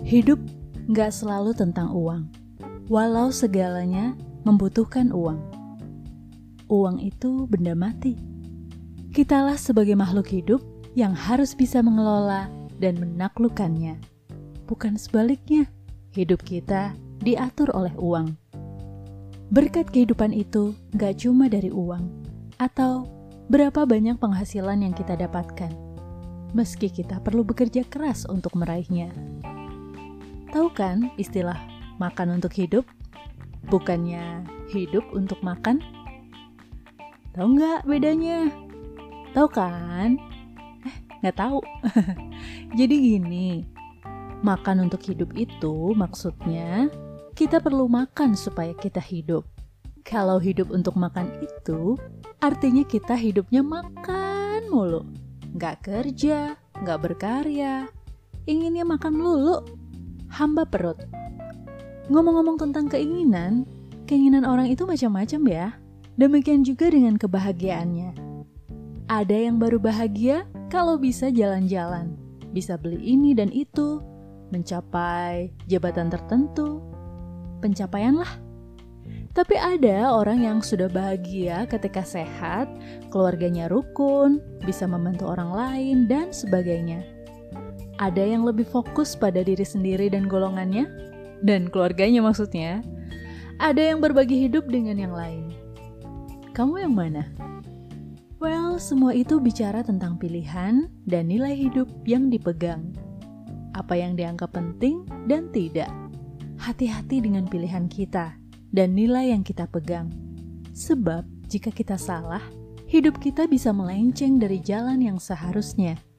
Hidup gak selalu tentang uang, walau segalanya membutuhkan uang. Uang itu benda mati. Kitalah sebagai makhluk hidup yang harus bisa mengelola dan menaklukkannya. Bukan sebaliknya, hidup kita diatur oleh uang. Berkat kehidupan itu gak cuma dari uang, atau berapa banyak penghasilan yang kita dapatkan, meski kita perlu bekerja keras untuk meraihnya. Tahu kan istilah makan untuk hidup? Bukannya hidup untuk makan? Tahu nggak bedanya? Tahu kan? Nggak tahu. Jadi gini, makan untuk hidup itu maksudnya kita perlu makan supaya kita hidup. Kalau hidup untuk makan itu, artinya kita hidupnya makan mulu. Nggak kerja, nggak berkarya, inginnya makan melulu. Hamba perut. Ngomong-ngomong tentang keinginan orang itu macam-macam ya. Demikian juga dengan kebahagiaannya. Ada yang baru bahagia kalau bisa jalan-jalan, bisa beli ini dan itu, mencapai jabatan tertentu, pencapaian lah. Tapi ada orang yang sudah bahagia ketika sehat, keluarganya rukun, bisa membantu orang lain, dan sebagainya. Ada yang lebih fokus pada diri sendiri dan golongannya, dan keluarganya maksudnya. Ada yang berbagi hidup dengan yang lain. Kamu yang mana? Well, semua itu bicara tentang pilihan dan nilai hidup yang dipegang. Apa yang dianggap penting dan tidak. Hati-hati dengan pilihan kita dan nilai yang kita pegang. Sebab jika kita salah, hidup kita bisa melenceng dari jalan yang seharusnya.